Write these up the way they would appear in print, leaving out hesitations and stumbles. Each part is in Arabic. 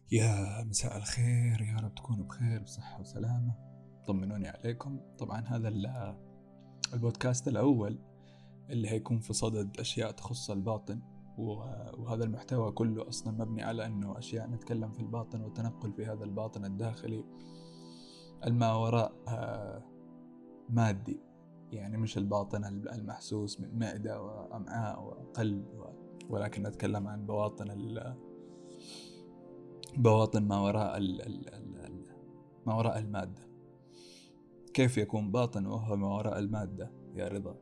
يا مساء الخير، يا رب تكونوا بخير بصحة وسلامة. طمنوني عليكم. طبعا هذا البودكاست الأول اللي هيكون في صدد أشياء تخص الباطن، وهذا المحتوى كله أصلا مبني على أنه أشياء نتكلم في الباطن والتنقل في هذا الباطن الداخلي الما وراء مادي، يعني مش الباطن المحسوس من معدة وأمعاء وقلب، ولكن نتكلم عن بواطن ما وراء المادة. كيف يكون باطن وهو ما وراء المادة يا رضا؟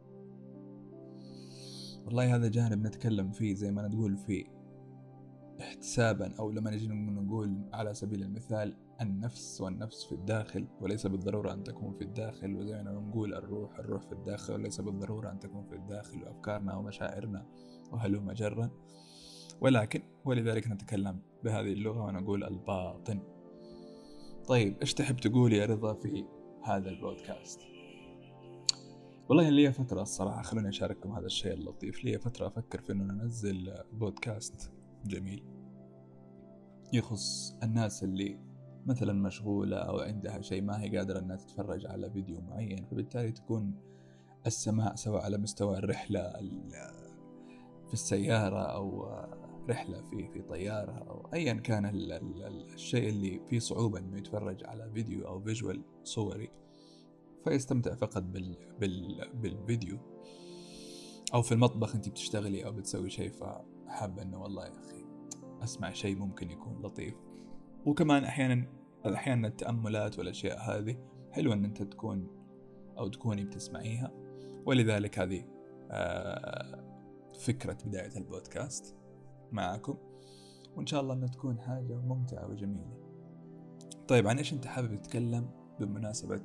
والله هذا جانب نتكلم فيه زي ما نقول فيه احتسابا، أو لما نجي نقول على سبيل المثال النفس، والنفس في الداخل وليس بالضرورة أن تكون في الداخل، وزي ما نقول الروح في الداخل وليس بالضرورة أن تكون في الداخل، وأفكارنا ومشاعرنا وهلوم جرا، ولكن ولذلك نتكلم بهذه اللغة ونقول الباطن. طيب إيش تحب تقول يا رضا في هذا البودكاست؟ والله لي فترة الصراحة، خلوني أشارككم هذا الشيء اللطيف. لي فترة أفكر في أنه ننزل بودكاست جميل يخص الناس اللي مثلا مشغولة أو عندها شيء ما هي قادرة أنها تتفرج على فيديو معين، فبالتالي تكون السماع سواء على مستوى الرحلة في السيارة أو رحلة في طيارة أو أيا كان الشيء اللي فيه صعوبة أنه يتفرج على فيديو أو فيجوال صوري، فيستمتع فقط بالفيديو، أو في المطبخ أنت بتشتغلي أو بتسوي شيء فحابة أنه والله يا أخي أسمع شيء ممكن يكون لطيف. وكمان أحيانا التأملات والأشياء هذه حلوة أن أنت تكون أو تكوني بتسمعيها، ولذلك هذه فكرة بداية البودكاست معكم، وإن شاء الله أنها تكون حاجة ممتعة وجميلة. طيب عن إيش أنت حابب تتكلم بمناسبة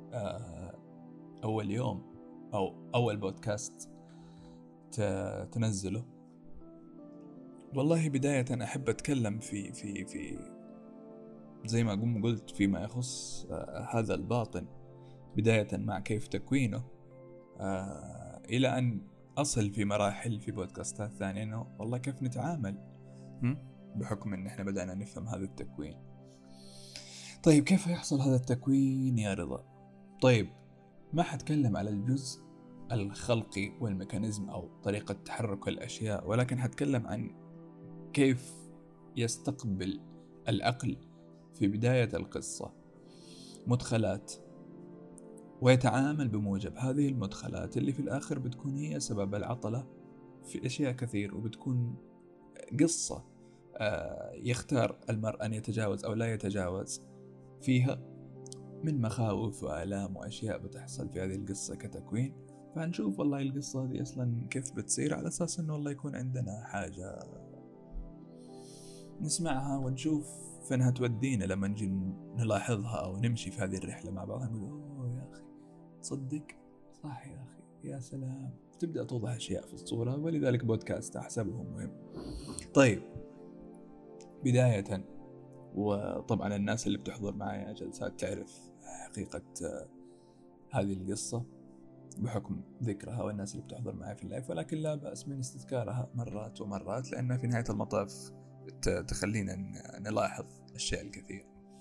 أول يوم أو أول بودكاست تنزله؟ والله بداية أحب أتكلم في زي ما قلت فيما يخص هذا الباطن، بداية مع كيف تكوينه إلى أن أصل في مراحل في بودكاستات ثانية إنه والله كيف نتعامل بحكم إن إحنا بدأنا نفهم هذا التكوين. طيب كيف يحصل هذا التكوين يا رضا؟ طيب ما حتكلم على الجزء الخلقي والميكانيزم أو طريقة تحرك الأشياء، ولكن حتكلم عن كيف يستقبل العقل في بداية القصة مدخلات، ويتعامل بموجب هذه المدخلات اللي في الآخر بتكون هي سبب العطلة في أشياء كثير، وبتكون قصة يختار المرء أن يتجاوز أو لا يتجاوز فيها من مخاوف وآلام وأشياء بتحصل في هذه القصة كتكوين. فنشوف والله القصة هذه أصلا كيف بتصير، على أساس أنه والله يكون عندنا حاجة نسمعها ونشوف فينها تودينا لما نجي نلاحظها أو نمشي في هذه الرحلة مع بعض، نقول أوه يا أخي تصدق صح يا أخي يا سلام، تبدأ توضح أشياء في الصورة، ولذلك بودكاست أحسبه مهم. طيب بداية، وطبعا الناس اللي بتحضر معي جلسات تعرف حقيقة هذه القصة بحكم ذكرها، والناس اللي بتحضر معي في اللايف، ولكن لا بأس من استذكارها مرات ومرات، لأنها في نهاية المطاف تخلينا نلاحظ الشيء الكثير.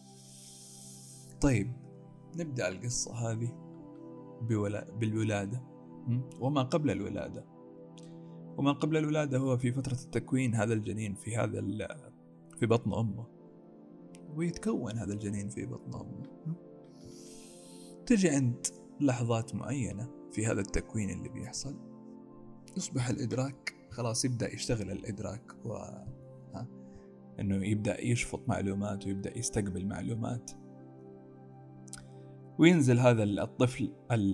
طيب نبدأ القصة هذه بالولادة وما قبل الولادة. وما قبل الولادة هو في فترة التكوين هذا الجنين في بطن أمه، ويتكون هذا الجنين في بطن أمه. تجي عند لحظات معينة في هذا التكوين اللي بيحصل، يصبح الإدراك خلاص، يبدأ يشتغل الإدراك إنه يبدأ يشفط معلومات ويبدأ يستقبل معلومات، وينزل هذا الطفل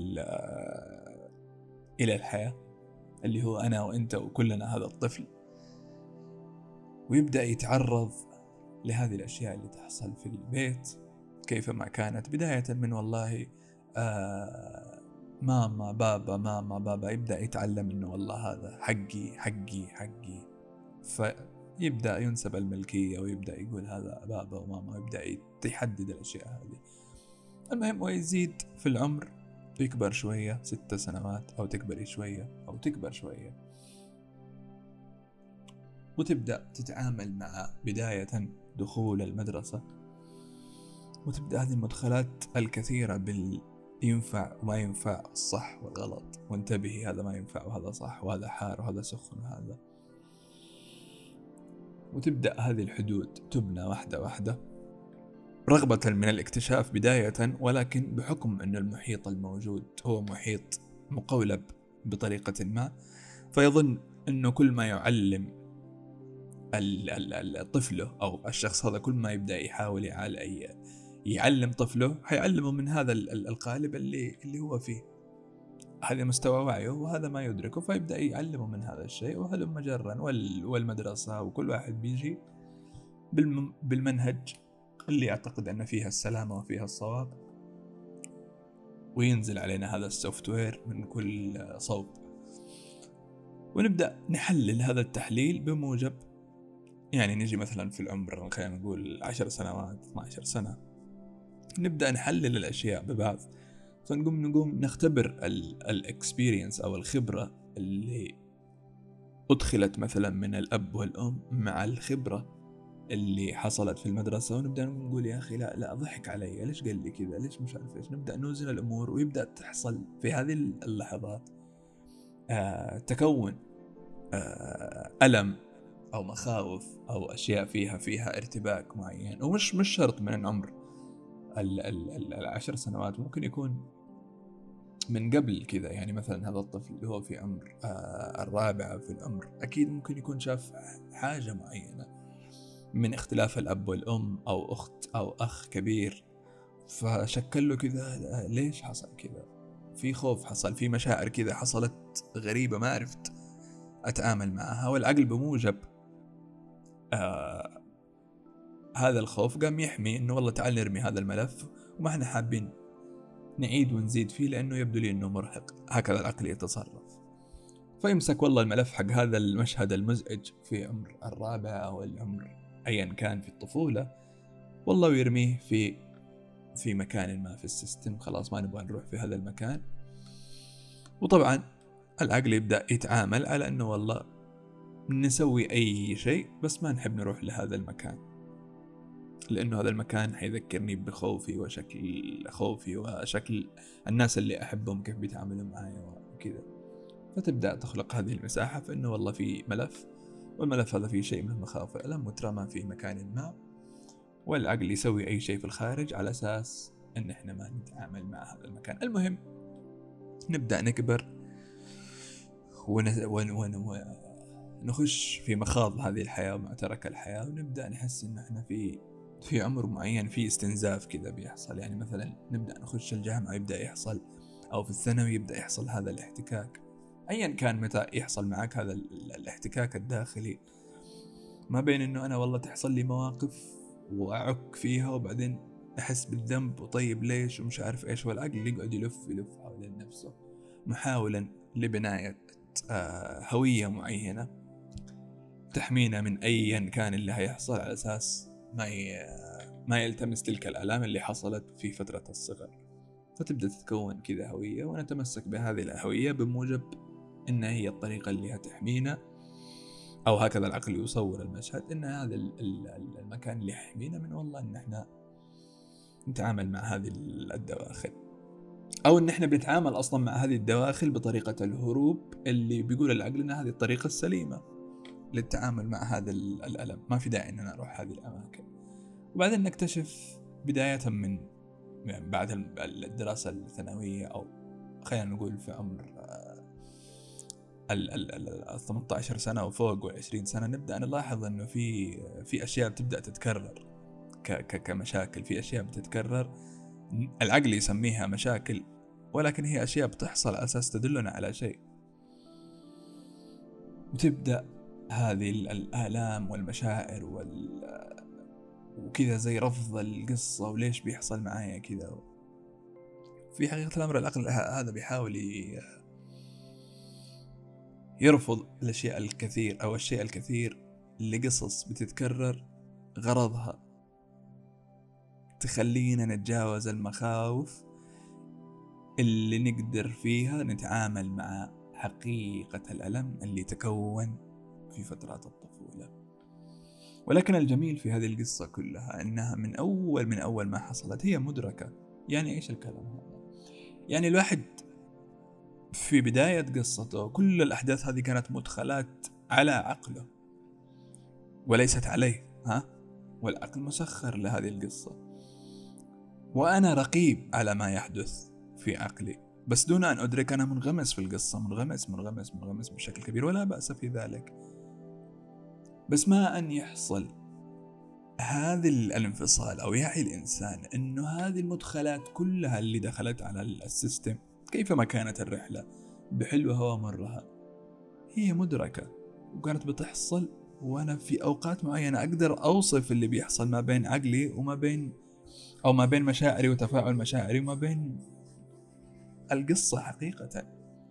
إلى الحياة اللي هو أنا وإنت وكلنا هذا الطفل، ويبدأ يتعرض لهذه الأشياء اللي تحصل في البيت كيفما كانت، بداية من والله ماما بابا ماما بابا، يبدأ يتعلم إنه والله هذا حقي حقي حقي، فيبدأ ينسب الملكية ويبدأ يقول هذا بابا وماما، ويبدأ يحدد الأشياء هذه. المهم ويزيد في العمر، يكبر شوية 6 سنوات أو تكبر شوية أو تكبر شوية، وتبدأ تتعامل مع بداية دخول المدرسة، وتبدأ هذه المدخلات الكثيرة ينفع وما ينفع، الصح والغلط، وانتبهي هذا ما ينفع وهذا صح وهذا حار وهذا سخن وهذا. وتبدأ هذه الحدود تبنى واحدة واحدة، رغبة من الاكتشاف بداية، ولكن بحكم أن المحيط الموجود هو محيط مقولب بطريقة ما، فيظن أنه كل ما يعلم طفله أو الشخص هذا، كل ما يبدأ يحاول يعلم طفله، حيعلمه من هذا القالب اللي هو فيه، هذا مستوى وعيه وهذا ما يدركه، فيبدأ يعلمه من هذا الشيء، وهلم جرا. والمدرسة وكل واحد بيجي بالمنهج اللي يعتقد أن فيها السلامة وفيها الصواب، وينزل علينا هذا السوفت وير من كل صوب، ونبدأ نحلل هذا التحليل بموجب، يعني نجي مثلا في العمر خلينا نقول 10 سنوات 12 سنة، نبدأ نحلل الأشياء ببعض، فنقوم نختبر الاكسبيرينس أو الخبرة اللي أدخلت مثلا من الأب والأم مع الخبرة اللي حصلت في المدرسة، ونبدأ نقول يا أخي لا ضحك علي، ليش قال لي كذا، ليش مش عارف إيش. نبدأ نوزن الأمور، ويبدأ تحصل في هذه اللحظات تكون ألم أو مخاوف أو أشياء فيها ارتباك معين، ومش شرط من العمر 10 سنوات، ممكن يكون من قبل كذا. يعني مثلا هذا الطفل اللي هو في عمر 4 في العمر، أكيد ممكن يكون شاف حاجة معينة من اختلاف الأب والأم أو أخت أو أخ كبير، فشكل له كذا ليش حصل كذا، في خوف حصل، في مشاعر كذا حصلت غريبة ما عرفت أتعامل معها، والعقل بموجب هذا الخوف قام يحمي إنه والله تعال نرمي هذا الملف، وما احنا حابين نعيد ونزيد فيه لأنه يبدو لي إنه مرهق. هكذا العقل يتصرف، فيمسك والله الملف حق هذا المشهد المزعج في عمر 4 أو العمر أيا كان في الطفولة، والله ويرميه في مكان ما في السيستم، خلاص ما نبغى نروح في هذا المكان. وطبعا العقل يبدأ يتعامل على أنه والله نسوي أي شيء بس ما نحب نروح لهذا المكان، لأنه هذا المكان حيذكرني بخوفي وشكل خوفي وشكل الناس اللي أحبهم كيف بيتعاملوا معايا وكذا. فتبدأ تخلق هذه المساحة في أنه والله في ملف، والملف هذا فيه شيء من المخاوف والألم مترمى في مكان ما، والعقل يسوي أي شيء في الخارج على أساس أن إحنا ما نتعامل مع هذا المكان. المهم نبدأ نكبر ونخش في مخاض هذه الحياة ومعترك الحياة، ونبدأ نحس إن إحنا في عمر معين في استنزاف كذا بيحصل. يعني مثلا نبدأ نخش الجامعة يبدأ يحصل، أو في الثانوي يبدأ يحصل هذا الاحتكاك، أيا كان متى يحصل معك هذا الاحتكاك الداخلي ما بين إنه أنا والله تحصل لي مواقف وأعك فيها وبعدين أحس بالذنب وطيب ليش ومش عارف إيش، والعقل يقعد يلف حول نفسه محاولا لبناية هوية معينة تحمينا من أيا كان اللي هيحصل، على أساس ما يلتمس تلك الآلام اللي حصلت في فترة الصغر. فتبدأ تتكون كذا هوية، ونتمسك بهذه الهوية بموجب إنها هي الطريقة اللي هتحمينا، أو هكذا العقل يصور المشهد إن هذا المكان اللي يحمينا من والله إن إحنا نتعامل مع هذه الدواخل، أو إن إحنا بنتعامل أصلا مع هذه الدواخل بطريقة الهروب اللي بيقول العقل إن هذه الطريقة السليمة للتعامل مع هذا الألم، ما في داعي إن أنا أروح هذه الأماكن. وبعدين نكتشف بداية من بعد الدراسة الثانوية، أو خلينا نقول في عمر 18 سنة وفوق و20 سنة، نبدأ نلاحظ أنه في أشياء بتبدأ تتكرر كمشاكل، في أشياء بتتكرر العقل يسميها مشاكل، ولكن هي أشياء بتحصل على أساس تدلنا على شيء. وتبدأ هذه الآلام والمشاعر وكذا زي رفض القصة وليش بيحصل معايا كذا. في حقيقة الأمر العقل هذا بيحاول يرفض الأشياء الكثير أو الشيء الكثير لقصص بتتكرر، غرضها تخلينا نتجاوز المخاوف اللي نقدر فيها نتعامل مع حقيقة الألم اللي تكون في فترات الطفولة. ولكن الجميل في هذه القصة كلها أنها من أول ما حصلت هي مدركة. يعني إيش الكلام هذا؟ يعني الواحد في بداية قصته كل الأحداث هذه كانت مدخلات على عقله وليست عليه، والعقل مسخر لهذه القصة، وأنا رقيب على ما يحدث في عقلي، بس دون أن أدرك أنا منغمس في القصة، منغمس بشكل كبير، ولا بأس في ذلك. بس ما أن يحصل هذا الانفصال أو يعي الإنسان أنه هذه المدخلات كلها اللي دخلت على السيستم كيفما كانت الرحلة بحلوها ومرها هي مدركة وكانت بتحصل، وأنا في أوقات معينة أقدر أوصف اللي بيحصل ما بين عقلي ما بين مشاعري وتفاعل مشاعري وما بين القصة حقيقة.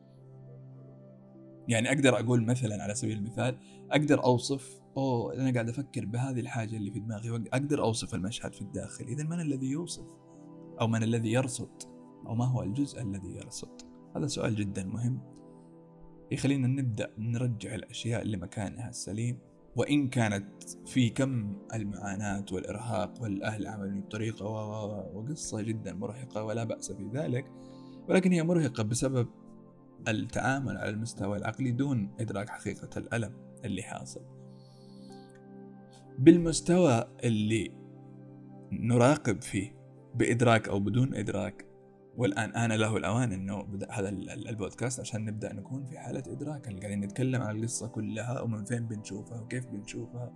يعني أقدر أقول مثلا على سبيل المثال أقدر أوصف أنا قاعد أفكر بهذه الحاجة اللي في دماغي، أقدر أوصف المشهد في الداخل. إذن من الذي يوصف؟ أو من الذي يرصد؟ أو ما هو الجزء الذي يرصد؟ هذا سؤال جدا مهم يخلينا نبدأ نرجع الأشياء لمكانها السليم. وإن كانت في كم المعاناة والإرهاق والأهل عملوا بطريقة وقصة جدا مرهقة ولا بأس في ذلك، ولكن هي مرهقة بسبب التعامل على المستوى العقلي دون إدراك حقيقة الألم اللي حاصل. بالمستوى اللي نراقب فيه بإدراك أو بدون إدراك، والآن آن له الأوان أنه بدأ هذا البودكاست عشان نبدأ نكون في حالة إدراك، قاعدين نتكلم عن القصة كلها ومن فين بنشوفها وكيف بنشوفها،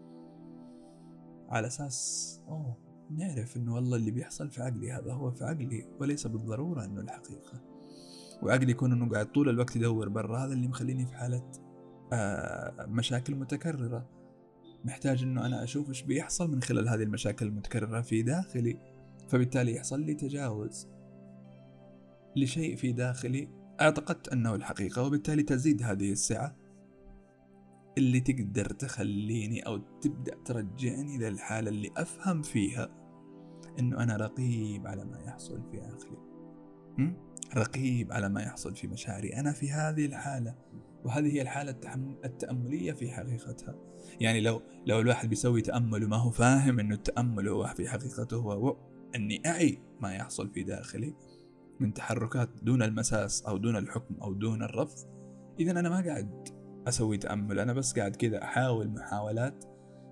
على أساس نعرف أنه والله اللي بيحصل في عقلي هذا هو في عقلي وليس بالضرورة أنه الحقيقة. وعقلي يكون أنه قاعد طول الوقت يدور برا، هذا اللي مخليني في حالة مشاكل متكررة. محتاج أنه أنا أشوف إيش بيحصل من خلال هذه المشاكل المتكررة في داخلي، فبالتالي يحصل لي تجاوز لشيء في داخلي اعتقدت أنه الحقيقة، وبالتالي تزيد هذه السعة اللي تقدر تخليني أو تبدأ ترجعني للحالة اللي أفهم فيها أنه أنا رقيب على ما يحصل في عقلي، رقيب على ما يحصل في مشاعري. أنا في هذه الحالة، وهذه هي الحالة التأملية في حقيقتها. يعني لو الواحد بيسوي تأمل وما هو فاهم أنه التأمل هو في حقيقته هو أني أعي ما يحصل في داخلي من تحركات دون المساس أو دون الحكم أو دون الرفض، إذن أنا ما قاعد أسوي تأمل، أنا بس قاعد كذا أحاول محاولات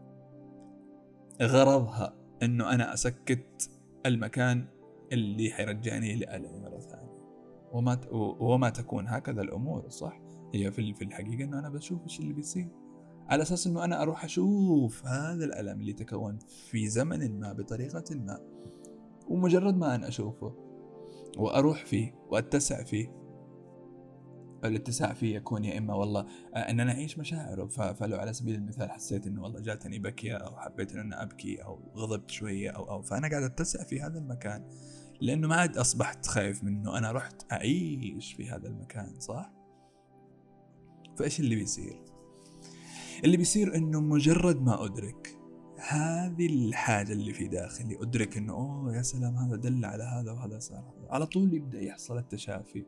غرضها أنه أنا أسكت المكان اللي حيرجعني لألمي مرة ثانية. وما تكون هكذا الأمور، صح؟ هي في الحقيقة أنه أنا بشوف إيش اللي بيصير على أساس أنه أنا أروح أشوف هذا الألم اللي تكون في زمن ما بطريقة ما، ومجرد ما أنا أشوفه وأروح فيه وأتسع فيه، الاتساع فيه يكون يا إما والله أن أنا أعيش مشاعره، فلو على سبيل المثال حسيت أنه والله جاتني بكية أو حبيت أن أنا أبكي أو غضبت شوية أو فأنا قاعد أتسع في هذا المكان، لأنه ما عاد أصبحت خايف منه، أنا رحت أعيش في هذا المكان، صح؟ فإيش اللي بيصير؟ اللي بيصير أنه مجرد ما أدرك هذه الحاجة اللي في داخلي، أدرك أنه يا سلام هذا دل على هذا وهذا صار، على طول يبدأ يحصل التشافي.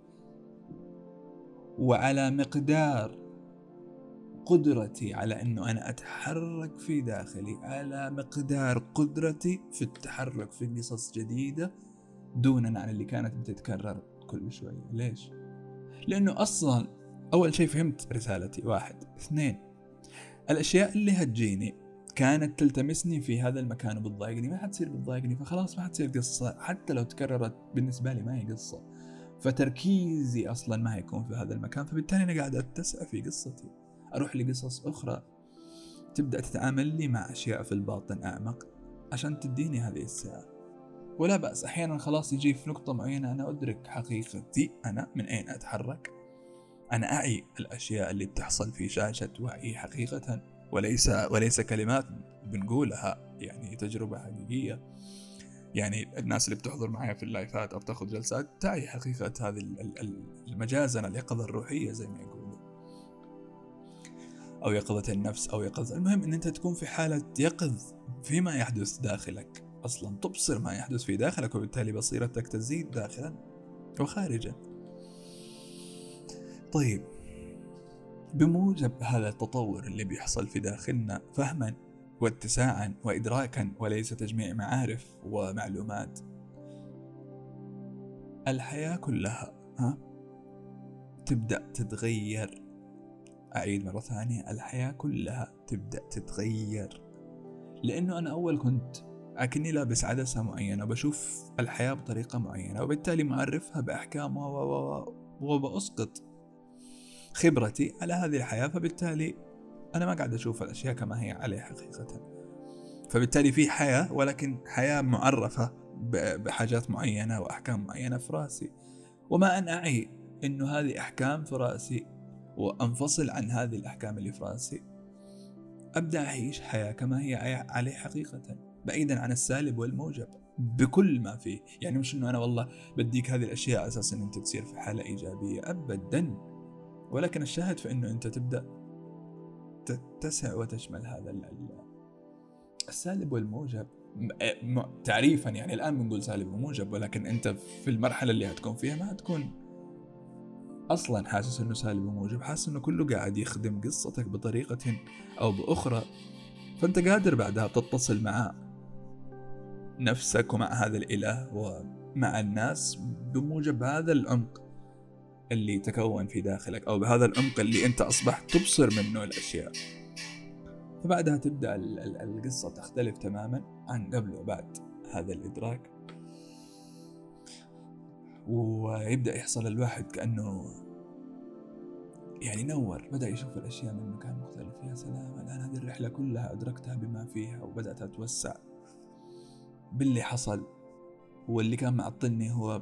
وعلى مقدار قدرتي على أنه أنا أتحرك في داخلي، على مقدار قدرتي في التحرك في قصص جديدة دونا عن اللي كانت بتتكرر كل شوية. ليش؟ لأنه أصلا أول شيء فهمت رسالتي، 1 2 الأشياء اللي هتجيني كانت تلتمسني في هذا المكان وبتضايقني ما حتصير بتضايقني، فخلاص ما حتصير قصة، حتى لو تكررت بالنسبة لي ما هي قصة، فتركيزي أصلا ما هيكون في هذا المكان، فبالتالي أنا قاعد أتسع في قصتي، أروح لقصص أخرى تبدأ تتعامل لي مع أشياء في الباطن أعمق عشان تديني هذه الساعة. ولا بأس أحيانا خلاص يجي في نقطة معينة أنا أدرك حقيقتي، أنا من أين أتحرك، أنا أعي الأشياء اللي بتحصل في شاشة وعي حقيقة، وليس كلمات بنقولها، يعني تجربة حقيقية. يعني الناس اللي بتحضر معايا في اللايفات أو بتاخذ جلسات تعي حقيقة هذه المجازنة اليقظة الروحية زي ما يقولوا، أو يقظة النفس أو يقظة، المهم أن أنت تكون في حالة يقظ فيما يحدث داخلك، أصلا تبصر ما يحدث في داخلك، وبالتالي بصيرتك تزيد داخلا وخارجا. طيب، بموجب هذا التطور اللي بيحصل في داخلنا فهما واتساعا وإدراكا وليس تجميع معارف ومعلومات. الحياة كلها تبدأ تتغير. أعيد مرة ثانية، الحياة كلها تبدأ تتغير، لأنه أنا أول كنت أكني لابس عدسة معينة وبشوف الحياة بطريقة معينة، وبالتالي معرفها بأحكام وبأسقط خبرتي على هذه الحياة، فبالتالي أنا ما قاعد أشوف الأشياء كما هي عليه حقيقة. فبالتالي في حياة، ولكن حياة معرفة بحاجات معينة وأحكام معينة في رأسي، وما أن أعي إنه هذه أحكام في رأسي وأنفصل عن هذه الأحكام اللي في رأسي، أبدأ أعيش حياة كما هي عليه حقيقة، بعيدا عن السالب والموجب بكل ما فيه. يعني مش إنه أنا والله بديك هذه الأشياء أساسا أنت تصير في حالة إيجابية، أبدا، ولكن الشاهد في إنه أنت تبدأ تتسع وتشمل هذا السالب والموجب تعريفا. يعني الآن بنقول سالب وموجب، ولكن أنت في المرحلة اللي هتكون فيها ما هتكون أصلا حاسس إنه سالب وموجب، حاسس إنه كله قاعد يخدم قصتك بطريقة أو بأخرى. فأنت قادر بعدها تتصل مع نفسك ومع هذا الإله ومع الناس بموجب هذا العمق اللي تكون في داخلك، أو بهذا العمق اللي أنت أصبحت تبصر منه الأشياء. فبعدها تبدأ القصة تختلف تماما عن قبل وبعد هذا الإدراك، ويبدأ يحصل الواحد كأنه يعني نور، بدأ يشوف الأشياء من مكان مختلف. يا سلام، الآن هذه الرحلة كلها أدركتها بما فيها، وبدأت أتوسع باللي حصل. واللي كان معطلني هو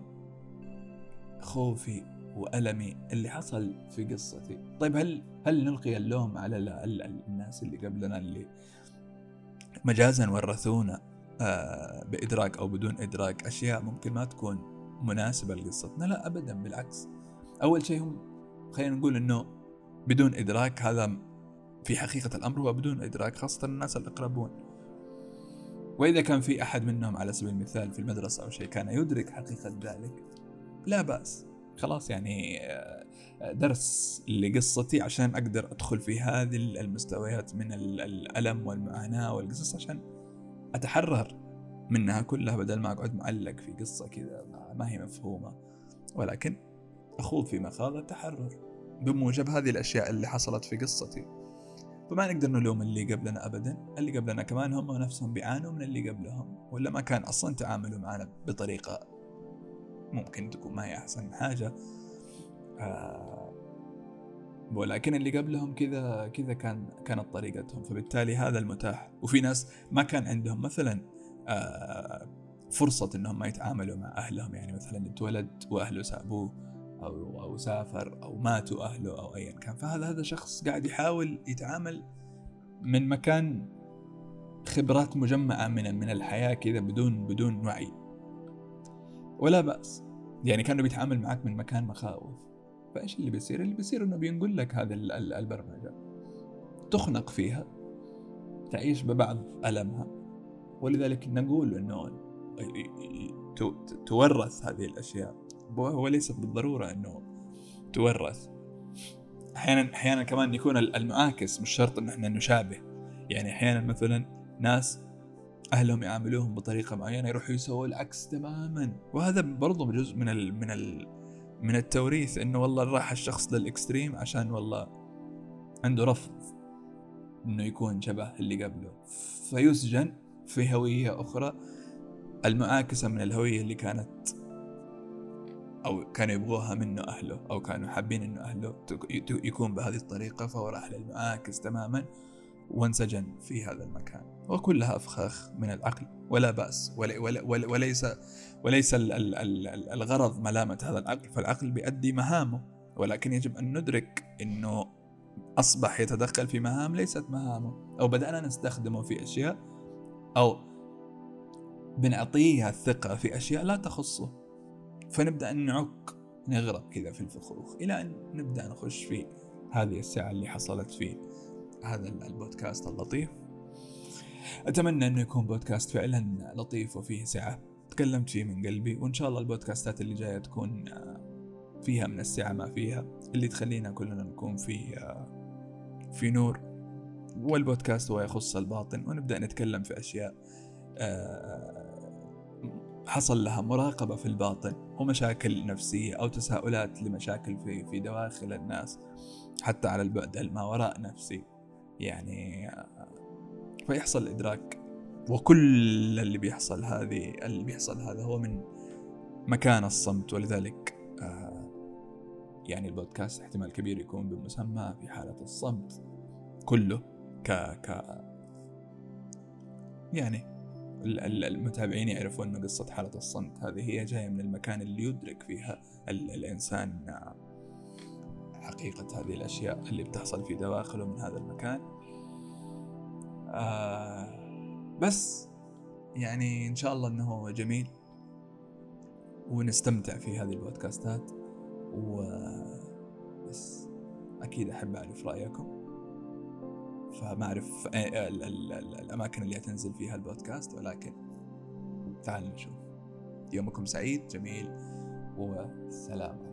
خوفي وألمي اللي حصل في قصتي. طيب هل نلقي اللوم على الناس اللي قبلنا اللي مجازا ورثونا بإدراك أو بدون إدراك أشياء ممكن ما تكون مناسبة لقصتنا؟ لا أبدا، بالعكس. أول شيء هم خلينا نقول إنه بدون إدراك، هذا في حقيقة الأمر هو بدون إدراك، خاصة الناس الأقربون. وإذا كان في أحد منهم على سبيل المثال في المدرسة أو شيء كان يدرك حقيقة ذلك، لا بأس، خلاص يعني درس لقصتي عشان أقدر أدخل في هذه المستويات من الألم والمعاناة والقصص، عشان أتحرر منها كلها، بدل ما أقعد معلق في قصة كذا ما هي مفهومة، ولكن أخوض في مخاض التحرر بموجب هذه الأشياء اللي حصلت في قصتي. فما نقدر نلوم اللي قبلنا أبدا. اللي قبلنا كمان هم نفسهم بيعانوا من اللي قبلهم، ولا ما كان أصلا تعاملوا معنا بطريقة ممكن تكون ما هي أحسن حاجة، ولكن اللي قبلهم كذا كانت طريقتهم، فبالتالي هذا المتاح. وفي ناس ما كان عندهم مثلا فرصة إنهم ما يتعاملوا مع أهلهم، يعني مثلا اتولد وأهله سابوه أو سافر أو ماتوا أهله أو أيا كان، فهذا شخص قاعد يحاول يتعامل من مكان خبرات مجمعة من الحياة كذا بدون وعي، ولا بأس. يعني كانوا بيتعامل معك من مكان مخاوف. فإيش اللي بيصير؟ اللي بيصير إنه بينقل لك هذا البرمجة، تخنق فيها، تعيش ببعض ألمها. ولذلك نقول إنه تورث هذه الأشياء، هو ليست بالضرورة إنه تورث. أحيانا كمان يكون المعاكس، مش شرط إن إحنا نشابه. يعني أحيانا مثلا ناس أهلهم يعاملوهم بطريقة معينة يروحوا يسووا العكس تماما، وهذا برضو جزء من التوريث، إنه والله راح الشخص للإكستريم عشان والله عنده رفض إنه يكون شبه اللي قبله، فيسجن في هوية أخرى المعاكسة من الهوية اللي كانت أو كانوا يبغوها منه أهله، أو كانوا حابين إنه أهله يكون بهذه الطريقة، فهو راح للمعاكس تماما وانسجن في هذا المكان. وكلها أفخاخ من العقل، ولا بأس، وليس الغرض ملامة هذا العقل، فالعقل بيؤدي مهامه، ولكن يجب أن ندرك إنه أصبح يتدخل في مهام ليست مهامه، أو بدأنا نستخدمه في أشياء، أو بنعطيه الثقة في أشياء لا تخصه، فنبدأ نعك نغرق كذا في الفخوخ، إلى أن نبدأ نخش في هذه الساعة اللي حصلت في هذا البودكاست اللطيف. أتمنى أنه يكون بودكاست فعلا لطيف وفيه سعة، تكلمت فيه من قلبي، وإن شاء الله البودكاستات اللي جاية تكون فيها من السعة ما فيها، اللي تخلينا كلنا نكون في نور والبودكاست هو يخص الباطن، ونبدأ نتكلم في أشياء حصل لها مراقبة في الباطن، ومشاكل نفسية أو تساؤلات لمشاكل في دواخل الناس، حتى على البعد ما وراء نفسي يعني. فيحصل إدراك، وكل اللي بيحصل هذا هو من مكان الصمت. ولذلك يعني البودكاست احتمال كبير يكون بمسمى في حالة الصمت كله. يعني المتابعين يعرفون أن قصة حالة الصمت هذه هي جاية من المكان اللي يدرك فيها الإنسان حقيقة هذه الأشياء اللي بتحصل في دواخله من هذا المكان. بس يعني إن شاء الله أنه جميل ونستمتع في هذه البودكاستات. وبس أكيد أحب أعرف رأيكم، فما أعرف الأماكن اللي هتنزل فيها البودكاست، ولكن تعالوا نشوف. يومكم سعيد جميل، والسلام.